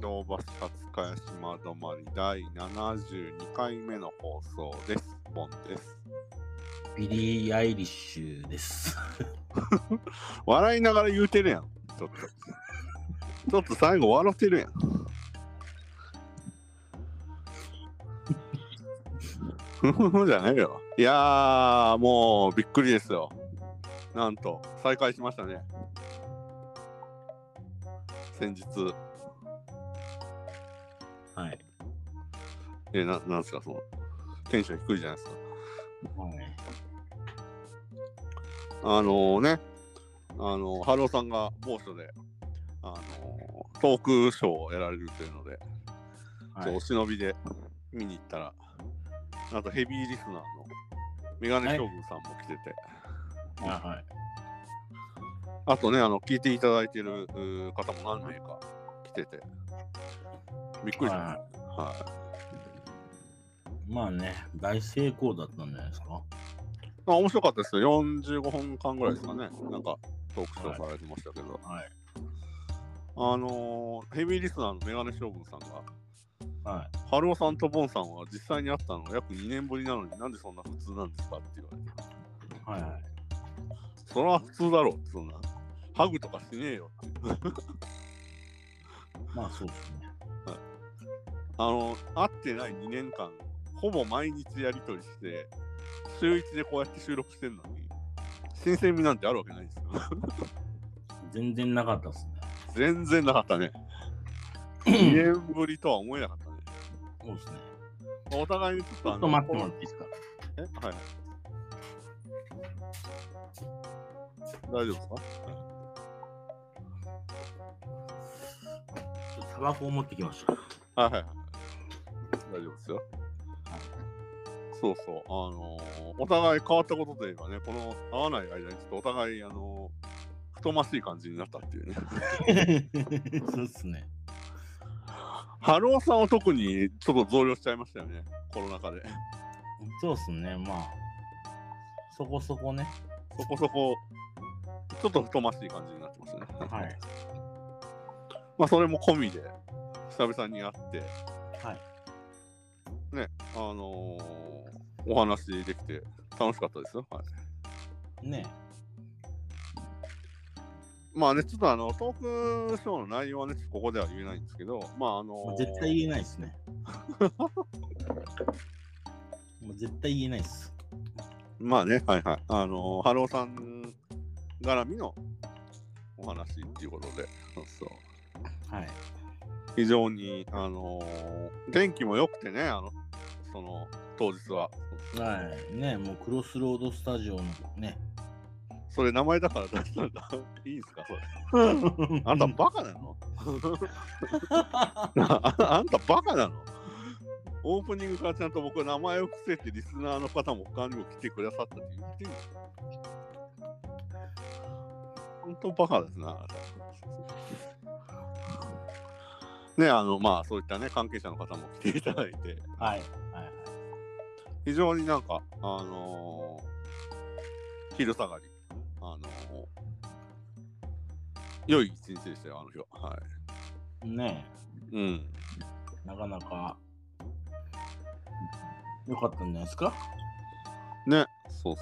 道橋勝茅島止まり第72回目の放送です。ボンです。 ビリー・アイリッシュです。 笑いながら言うてるやん。ちょっと最後笑ってるやん。じゃないよ。いやー、もうびっくりですよ。なんと再開しましたね。先日。 はい。 なんすか、そのテンション低いじゃないですか。 はい。 春尾さんが某所でトークショーをやられるというので、はい、お忍びで見に行ったら、あとヘビーリスナーのメガネ将軍さんも来てて、 はい。 あとね、聞いていただいている方も何名か来てて、びっくりしました。はい。 まあね、大成功だったんじゃないですか。 面白かったですよ。45分間ぐらいですかね。なんかトークショーされてましたけど、 はい。 ヘビーリスナーのメガネ将軍さんが、 はい。 春尾さんとボンさんは実際に会ったのが約2年ぶりなのになんでそんな普通なんですかって言われて。 はいはい。 それは普通だろうって、そんなハグとかしねえよって。 まあそうですね。 はい。会ってない2年間、ほぼ毎日やりとりして、週1でこうやって収録してるのに、新鮮味なんてあるわけないですよ。 全然なかったですね。 全然なかったね。2年ぶりとは思えなかったね。 そうですね。 お互いにちょっと待ってもらっていいですか。 はい。大丈夫ですか？ タバコを持ってきました。 はい。大丈夫ですよ。そうそう。お互い変わったことといえばね、この会わない間にちょっとお互い太ましい感じになったっていうね。 そうっすね。 春尾さんは特にちょっと増量しちゃいましたよね、コロナ禍で。 そうっすね。まあそこそこね。 そこそこちょっと太ましい感じになってますね。 はい。 まあそれも込みで久々に会って、 はい。 ね、お話できて楽しかったですよ。はい。 ね。 まあね、ちょっとトークショーの内容はね、ここでは言えないんですけど、 絶対言えないですね。もう絶対言えないです。 まあね、はい。春尾さん絡みのお話っていうことで、そう。 はい。 非常に天気も良くてね、その当日は。 はいね、もうクロスロードスタジオのね。 それ名前だから出したんだ。いいんすかそれ。あんたバカなの？あんたバカなの？オープニングからちゃんと僕は名前を伏せてリスナーの方も他にも来てくださったって言ってる。本当バカですな。ね、まあそういったね関係者の方も来ていただいて、 はい。 非常になんか昼下がり良い一日でしたよ、あの日は。はい。 ねえ。うん。 なかなか良かったんじゃないですか。 ね、そう。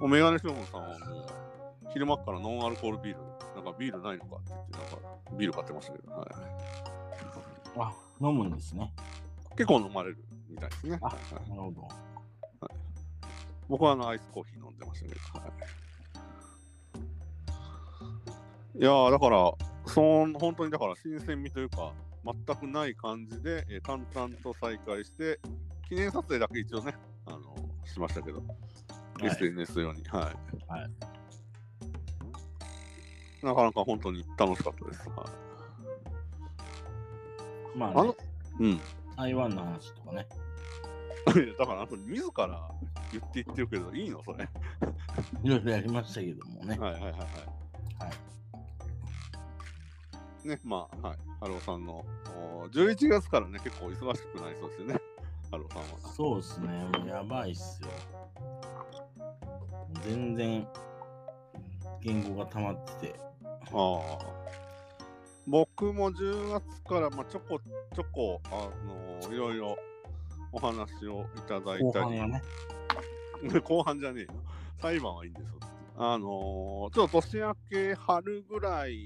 メガネ将軍さんはもう昼間からノンアルコールビール、なんかビールないのかって言って、なんかビール買ってましたけど、はい。 あ、飲むんですね。 結構飲まれるみたいですね。 あ、はい、なるほど。はい、 僕はアイスコーヒー飲んでましたけど、はい。いやーだから本当にだから新鮮味というか全くない感じで、淡々と再開して記念撮影だけ一応ねしましたけど、はい、SNS 用に、はい、なかなか本当に楽しかったです。はい、 まあね、台湾の話とかね。 だから自ら言っていってるけどいいのそれ。 いろいろやりましたけどもね。 はい。ね、まあ、はい。春尾さんの11月からね、結構忙しくなりそうですよね。春尾さんは。 そうですね。もうやばいっすよ。全然言語が溜まってて。 僕も10月から、まあ、ちょこちょこ、いろいろお話をいただいたり。 後半はね。 後半じゃねえよ。裁判はいいんですよ。ちょっと年明け春ぐらい、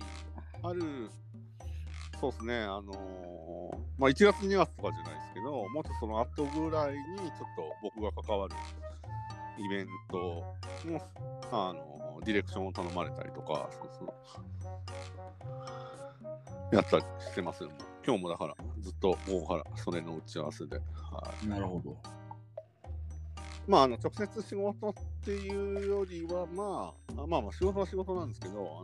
そうですね、まあ、1月2月とかじゃないですけど、もっとその後ぐらいにちょっと僕が関わるイベントの、ディレクションを頼まれたりとか、やったりしてますよ。今日もだからずっと大原それの打ち合わせで。はい、 なるほど。 まあ、直接仕事っていうよりは、まあ仕事は仕事なんですけど、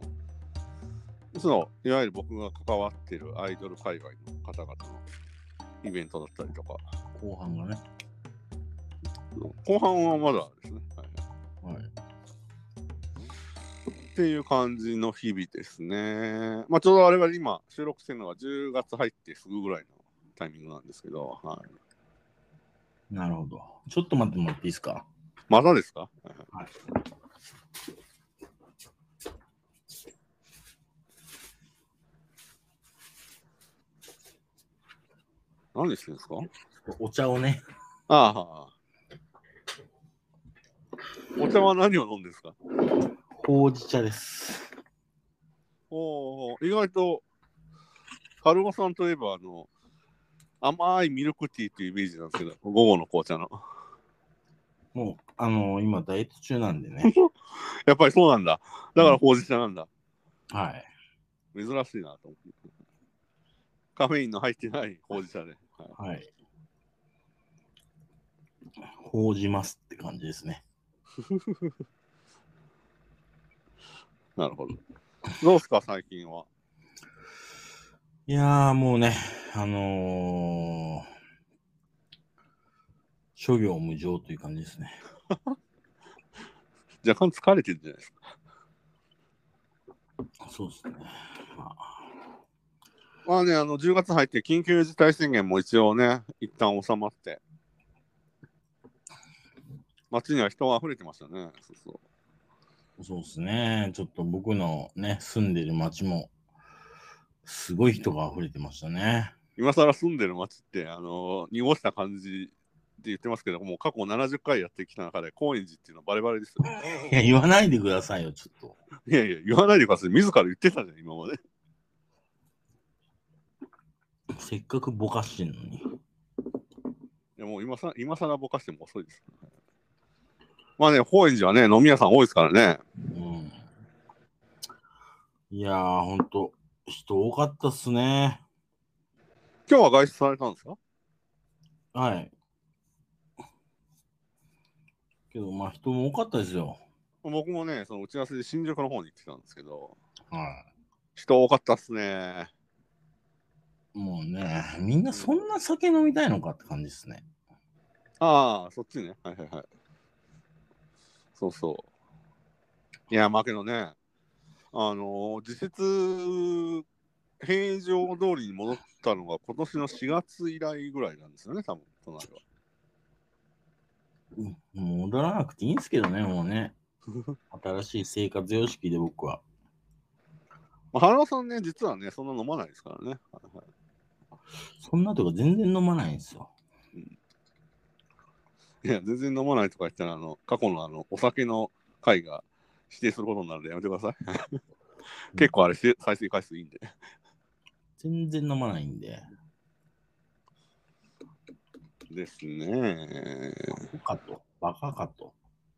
いわゆる僕が関わってるアイドル界隈の方々のイベントだったりとか。 後半がね。 後半はまだですね。 はい。 っていう感じの日々ですね。まあ、ちょうど我々今収録してるのが10月入ってすぐぐらいのタイミングなんですけど、はい。 なるほど。ちょっと待ってもらっていいですか？ まだですか？はい。何してるんですか？ お茶をね。 ああ。お茶は何を飲んでるんですか？ ほうじ茶です。 意外と、カルマさんといえば、甘いミルクティーっていうイメージなんですけど、午後の紅茶の。 もう、今、ダイエット中なんでね。 やっぱりそうなんだ。だからほうじ茶なんだ。 はい。 珍しいなと思って。カフェインの入ってないほうじ茶で。 はい。ほうじますって感じですね。 なるほど。どうですか、最近は。 いやー、もうね、諸行無常という感じですね。 若干疲れてるんじゃないですか。 そうですね。 まあね、10月入って緊急事態宣言も一応ね、一旦収まって、街には人が溢れてましたね。 そうですね。ちょっと僕のね、住んでる町も、すごい人が溢れてましたね。 今更住んでる街って、濁した感じって言ってますけど、もう過去70回やってきた中で、高円寺っていうのはバレバレですよ。 いや、言わないでくださいよ、ちょっと。 いやいや、言わないでください。自ら言ってたじゃん、今まで。 せっかくぼかしてんのに。 いや、もう今更ぼかしても遅いです。まあね、高円寺はね、飲み屋さん多いですからね。 うん。いやー、ほんと、人多かったっすね。 今日は外出されたんですか？ はい。けど、まあ、人も多かったですよ。 僕もね、その打ち合わせで新宿の方に行ってたんですけど、 は人多かったっすね。 い。もうね、みんなそんな酒飲みたいのかって感じですね。 ああ、そっちね。はいはいはい。そうそう。いや、まあけどね、実質、平常通りに戻ったのが今年の4月以来ぐらいなんですよね、多分、都内は。 もう戻らなくていいんですけどね、もうね。新しい生活様式で僕は。 まあ、原田さんね、実はね、そんな飲まないですからね。はいはい、 そんなとか全然飲まないんですよ。 うん、いや、全然飲まないとか言ったら、過去のお酒の回が指定することになるんでやめてください。結構あれ、再生回数いいんで。 全然飲まないんで。 ですね。 バカかと。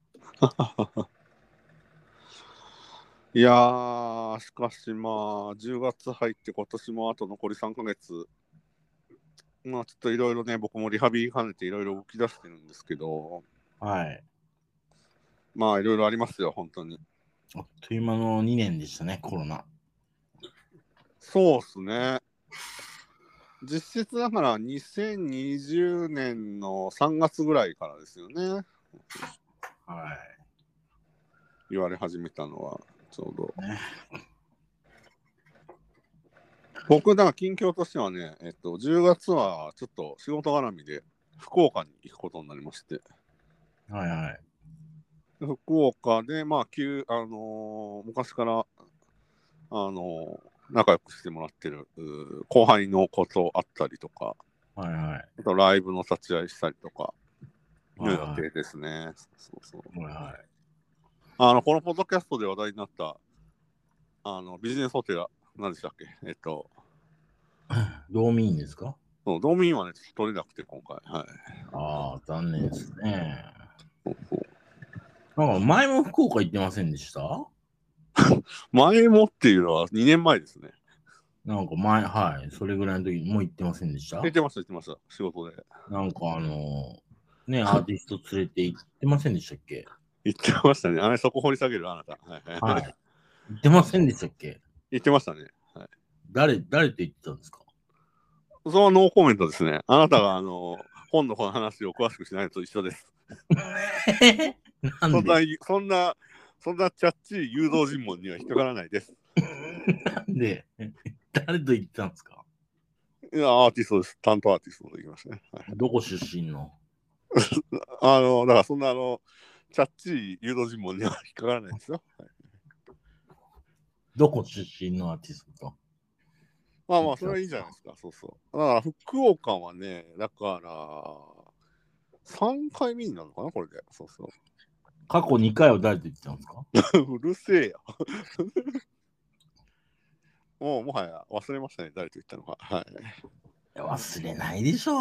いやー、しかしまあ、10月入って今年もあと残り3ヶ月。まあ、ちょっといろいろね、僕もリハビリ兼ねていろいろ動き出してるんですけど、 はい。 まあ、いろいろありますよ、本当に。 あっという間の2年でしたね、コロナ。 そうっすね。実質だから2020年の3月ぐらいからですよね。 は言われ始めたのは、ちょうど。 ね、 僕、だから近況としてはね、10月はちょっと仕事絡みで福岡に行くことになりまして。 はいはい。 福岡で、まあ、昔から、 仲良くしてもらってる後輩のことあったりとか、 はいはい。 あとライブの立ち会いしたりとか、いう予はいはい。 定ですね。そうそう。 はいはい。 このポッドキャストで話題になった、ビジネスホテルは何でしたっけ？ どう見いいんですか？ そう、ドーミンはね、ちょっと取れなくて、今回。はい。 ああ、残念ですね。 そうそう。 なんか前も福岡行ってませんでした？ 前もっていうのは2年前ですね。 なんか前、はい、それぐらいの時にもう行ってませんでした？ 言ってました、言ってました。仕事で。 なんかね、アーティスト連れて行ってませんでしたっけ？ 言ってましたね。そこ掘り下げる、あなた。はいはいはい。 はい。行ってませんでしたっけ？ 言ってましたね。はい。 誰と言ってたんですか？ それはノーコメントですね。あなたが本の話を詳しくしないのと一緒です。 なんでそんなキャッチー誘導尋問には引っかからないです。 なんで誰と言ってたんですか？ いや、アーティストです。担当アーティストと言いましたね。はい、 どこ出身の？ だからそんなキャッチー誘導尋問には引っかからないですよ。はい、 どこ出身のアーティストと？ まあまあ、それはいいじゃないですか。そうそう。だから福岡はね、だから3回目になるのかな、これで。そうそう。 過去2回は誰と言ってたんですか？ うるせえよ。もはや忘れましたね、誰と言ったのか。はい。 いや忘れないでしょう。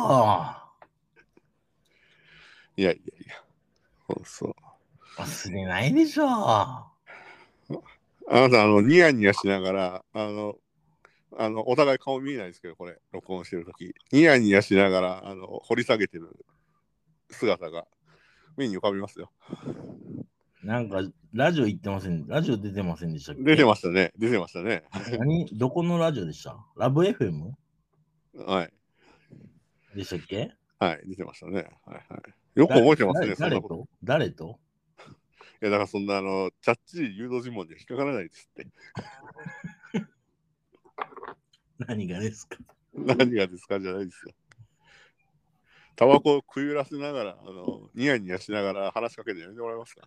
いやいやいや。そうそう。 忘れないでしょう。 あなた、ニヤニヤしながら、お互い顔見えないですけど、これ、録音してるとき。ニヤニヤしながら、掘り下げてる姿が目に浮かびますよ。 なんか、ラジオ行ってません。ラジオ出てませんでしたっ出てけ？ ましたね。出てましたね。 どこのラジオでした？ラブ FM はい。 でしたっけ？ はい。出てましたね。はいはい。よく覚えてますね、そんなこと。 誰といや、だからそんな、チャッチー誘導尋問には引っかからないですって。 何がですか？ 何がですかじゃないですよ。タバコを食い揺らせながら、ニヤニヤしながら話しかけてやめてもらえますか？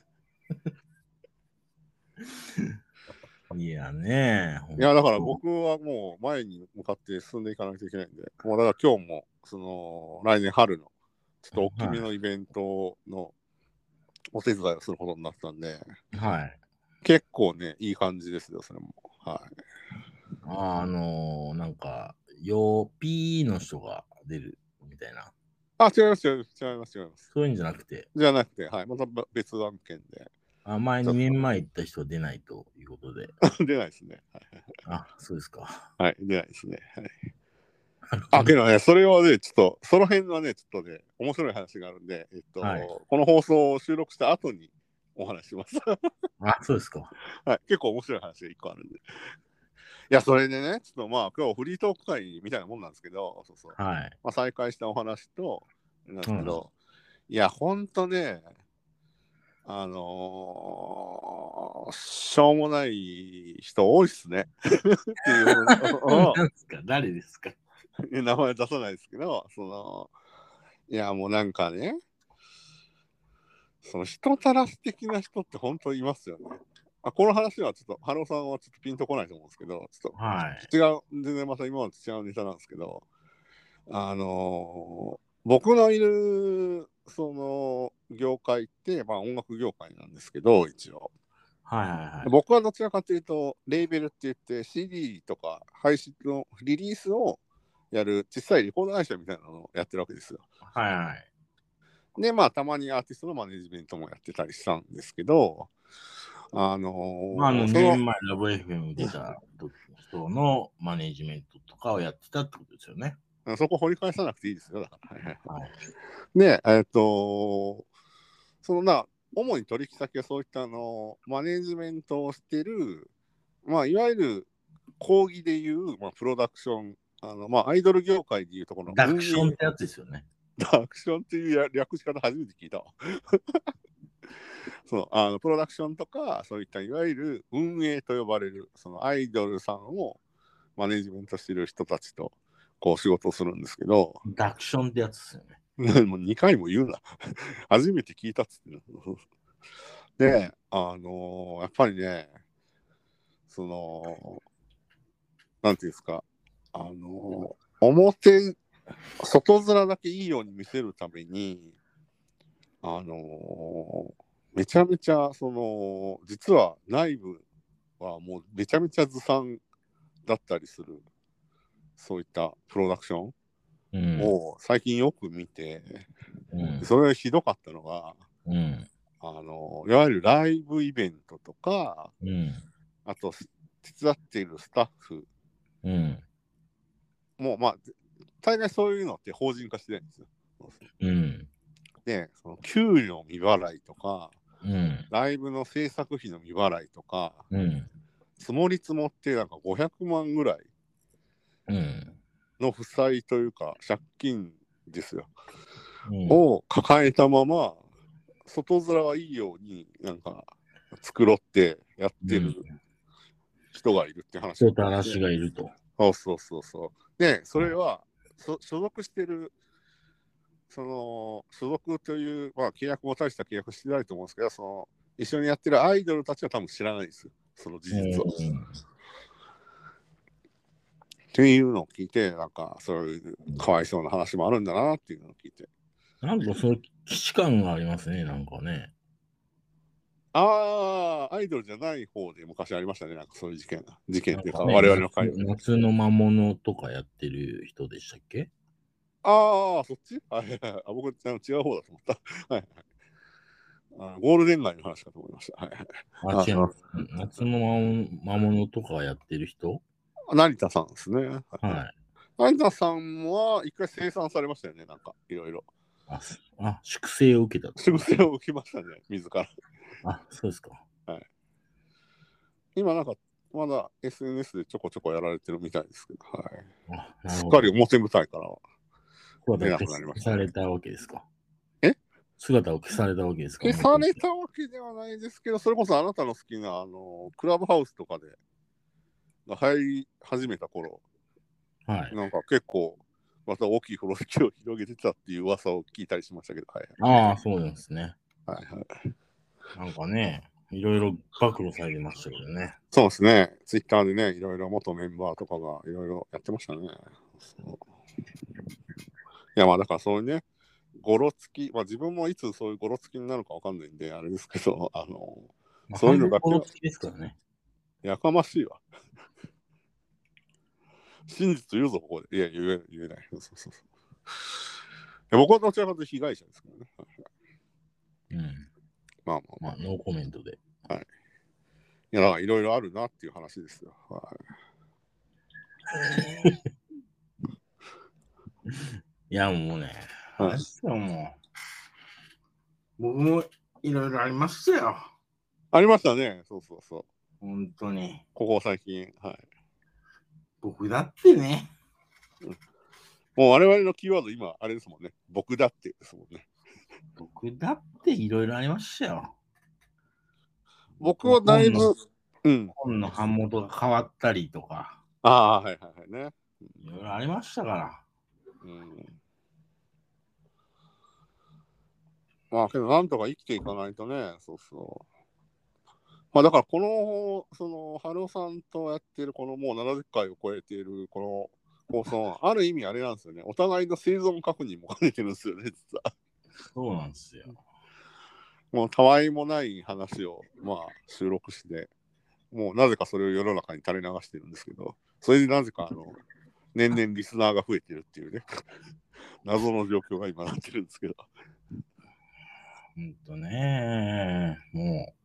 いやね。 いや、だから僕はもう前に向かって進んでいかないといけないんで、もうだから今日も、来年春の、ちょっと大きめのイベントのお手伝いをすることになったんで、 はい。 結構ね、いい感じですよ、それも。はい。 なんか、ヨーピーの人が出るみたいな。 あ、違います、違います、違います、違います。 そういうんじゃなくて。 じゃなくて、はい、また別案件で。 2年前行った人は出ないということで。 出ないですね。 そうですか。 はい、出ないですね。はい、けどね、それはね、ちょっと、その辺はね、ちょっとね、面白い話があるんで、 はい、 この放送を収録した後にお話します。 そうですか。 はい、結構面白い話が一個あるんで。いや、それでね、ちょっとまあ、今日フリートーク会みたいなもんなんですけど、そうそう。 はい。 まあ、再開したお話と、なんですけど、いや、ほんとね、しょうもない人多いっすね。っていう何ですか？誰ですか？ 名前出さないですけど、いや、もうなんかね、人たらし的な人って本当いますよね。この話はちょっと、ハローさんはちょっとピンとこないと思うんですけど、ちょっと違う、全然また今まで違うネタなんですけど、僕のいる、業界って、まあ音楽業界なんですけど、一応。僕はどちらかというと、レーベルって言って CD とか配信のリリースをやる小さいレコード会社みたいなのをやってるわけですよ。で、まあ、たまにアーティストのマネジメントもやってたりしたんですけど、 2年前ラブ FM 出た人のマネジメントとかをやってたってことですよね。 そこ掘り返さなくていいですよ、だから。で、主に取引先はそういったマネジメントをしてる、まあ、いわゆる講義でいう、まあ、プロダクション、まあ、アイドル業界でいうところのダクションってやつですよね。 ダクションっていう略し方初めて聞いたわ。プロダクションとか、そういったいわゆる運営と呼ばれる、アイドルさんをマネジメントしてる人たちと、こう仕事をするんですけど。 ダクションってやつですよね。 もう2回も言うな。初めて聞いたっつってる。で、やっぱりね、 なんていうんですか、表、外面だけいいように見せるために、めちゃめちゃ、実は内部はもうめちゃめちゃずさんだったりする、そういったプロダクションを最近よく見て、それがひどかったのが、いわゆるライブイベントとか、あと手伝っているスタッフも、まあ、大概そういうのって法人化してるんですよ。で、その給料未払いとか、ライブの制作費の未払いとか、積もり積もってなんか500万ぐらいの負債というか借金ですよ、を抱えたまま外面はいいようになんか繕ってやってる人がいるって話、 人たらしがいると。 そうで、それは所属してる所属という、まあ、契約も大した契約してないと思うんですけど、一緒にやってるアイドルたちは多分知らないですよ、その事実を。っていうのを聞いて、なんかそういうかわいそうな話もあるんだなっていうのを聞いて。 なんかそういう既視感がありますね、なんかね。 アイドルじゃない方で昔ありましたね、なんかそういう事件っていうか、 ね、 我々の会で。 夏の魔物とかやってる人でしたっけ？ そっち僕、違う方だと思った。はいはい。ゴールデン街の話かと思いました。はい。 違う。夏の魔物とかやってる人？ 成田さんですね。 はい。 成田さんは一回清算されましたよね、なんかいろいろ。 粛清を受けた。 粛清を受けましたね、自ら。 そうですか。 はい。今なんか、まだ SNS でちょこちょこやられてるみたいですけど、はい。すっかり表舞台からは出なくなりました。 消されたわけですか？ 姿を消されたわけですか？ 消されたわけではないですけど、それこそあなたの好きなクラブハウスとかで入り始めた頃、なんか結構また大きい風呂敷を広げてたっていう噂を聞いたりしましたけど、 そうなんですね。なんかね、いろいろ暴露されてましたけどね。 そうですね、ツイッターでね、いろいろ元メンバーとかがいろいろやってましたね。いや、まあだからそういうね、ゴロつき、まあ自分もいつそういうゴロつきになるかわかんないんで、あれですけど、そういうのだけは。 ゴロつきですからね。 やかましいわ。真実言うぞ、ここで。いや、言えない。僕はどちらかというと被害者ですからね。まあ、 ノーコメントで。 はい。いや、だからいろいろあるなっていう話ですよ。 いや、もうね、僕もいろいろありましたよ。 ありましたね。そう。 本当に。 ここ最近。 僕だってね。 もう我々のキーワード今、あれですもんね。僕だってですもんね。 僕だっていろいろありましたよ。 僕はだいぶ、 本の版元が変わったりとか。 ね。 いろいろありましたから。 まあ、けどなんとか生きていかないとね。まあだから春尾さんとやってるこのもう70回を超えているこの放送はある意味あれなんですよね。お互いの生存確認も兼ねてるんですよね、実は。 そうなんですよ。 もうたわいもない話をまあ収録して、もうなぜかそれを世の中に垂れ流してるんですけど、それでなぜか年々リスナーが増えてるっていうね、謎の状況が今なってるんですけど。 もう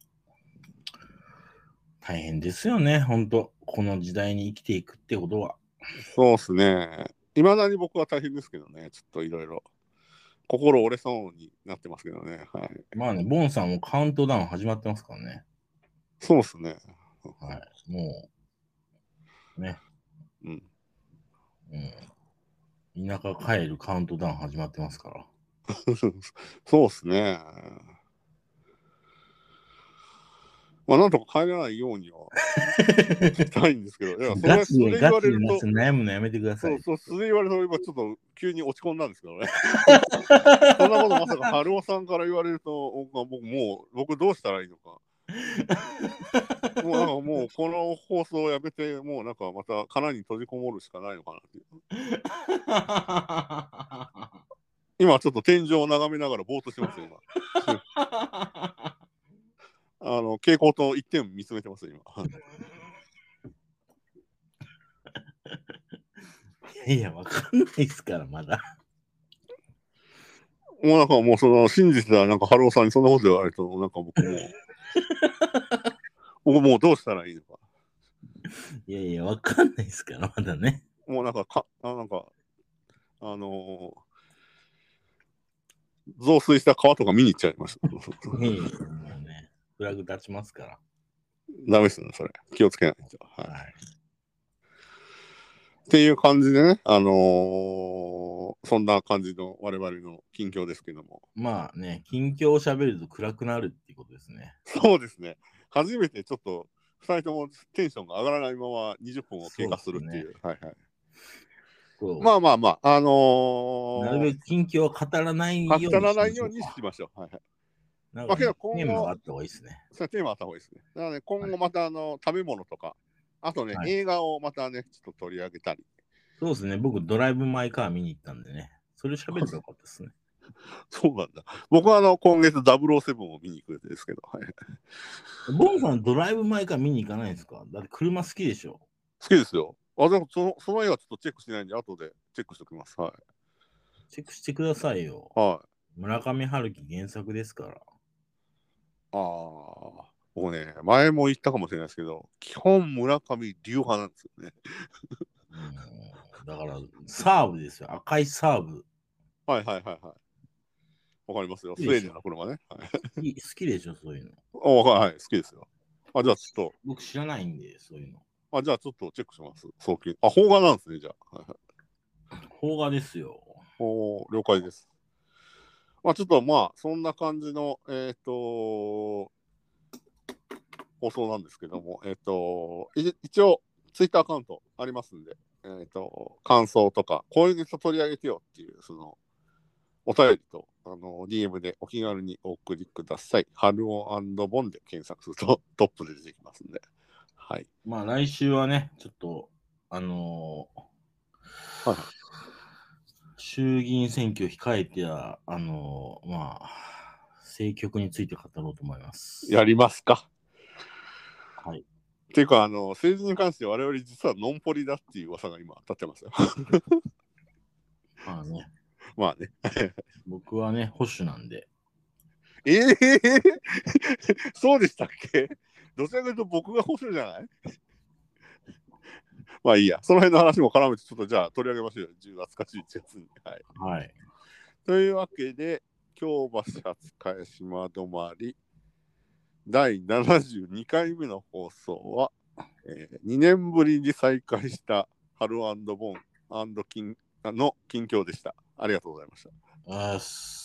大変ですよね、本当この時代に生きていくってことは。 そうですね。いまだに僕は大変ですけどね、ちょっといろいろ。心折れそうになってますけどね。 まあね、ボンさんもカウントダウン始まってますからね。 そうですね。 もう、ね。田舎帰るカウントダウン始まってますから。 そうですね。まあ、なんとか帰らないようにはしたいんですけど、いや、 ガチで悩むのやめてください。 それ言われると、今ちょっと急に落ち込んだんですけどね。そんなことまさか春尾さんから言われると、僕どうしたらいいのかもうなんかもうこの放送をやめて、もうなんかまた殻に閉じこもるしかないのかなっていう。今ちょっと天井を眺めながらぼーっとしてますよ、今。蛍光灯一点見つめてますよ、今。 いや、わかんないっすから、まだ。 もうなんかもうその信じてたなんか春尾さんにそんなこと言われると、なんか僕もうどうしたらいいのか。 いやいや、わかんないっすから、まだね。 もうなんかあの増水した川とか見に行っちゃいました。 いやいや、もうね、フラグ立ちますから。 ダメですね、それ。気をつけないと。はい。 はい。 っていう感じでね、そんな感じの我々の近況ですけども。 まあね、近況を喋ると暗くなるっていうことですね。 そうですね。初めてちょっと2人ともテンションが上がらないまま20分を経過するっていう。はいはい。まあまあまあ、 なるべく近況は語らないように語らないようにしましょう。はいはい。 なんか、ね、 まあ、今後テーマがあった方がいいですね。 それテーマあった方がいいですね。だからね、今後また食べ物とか、あとね、映画をまたね、ちょっと取り上げたり。 そうですね、僕、ドライブ・マイ・カー見に行ったんでね、それ喋ればよかったですね。 そうなんだ。僕は今月007を見に行くんですけど。はい、 ボンさん、ドライブ・マイ・カー見に行かないんですか？だって車好きでしょ。 好きですよ。でもその映画ちょっとチェックしてないんで、後でチェックしておきます。はい。 チェックしてくださいよ。 はい。 村上春樹原作ですから。 僕ね、前も言ったかもしれないですけど、基本村上流派なんですよね。 だから、サーブですよ。赤いサーブ。 はいはいはいはい。わかりますよ。スウェーデンの車ね。はい、 好きでしょ、そういうの。 はい、好きですよ。じゃあちょっと。 僕知らないんで、そういうの。 じゃあちょっとチェックします。早期。邦画なんですね、じゃあ。はいはい、 邦画ですよ。 了解です。ちょっとそんな感じの、放送なんですけども、一応、ツイッターアカウントありますんで、感想とか、こういうネタ取り上げてよっていう、お便りと、DM でお気軽にお送りください。春尾&ボンで検索するとトップで出てきますんで。はい。 来週はね、ちょっと、 はい、 衆議院選挙を控えては、政局について語ろうと思います。 やりますか。 はい。 っていうか、政治に関して我々実はノンポリだっていう噂が今立ってますよ。 まあね。 まあね。 僕はね、保守なんで。 そうでしたっけ？どちらかというと僕が保守じゃない？まあいいや。その辺の話も絡めてちょっとじゃあ取り上げましょうよ。10月か11月に。はい。 はい。 というわけで、京橋廿日島止まり第72回目の放送は、2年ぶりに再開した春&ボン&金の近況でした。ありがとうございました。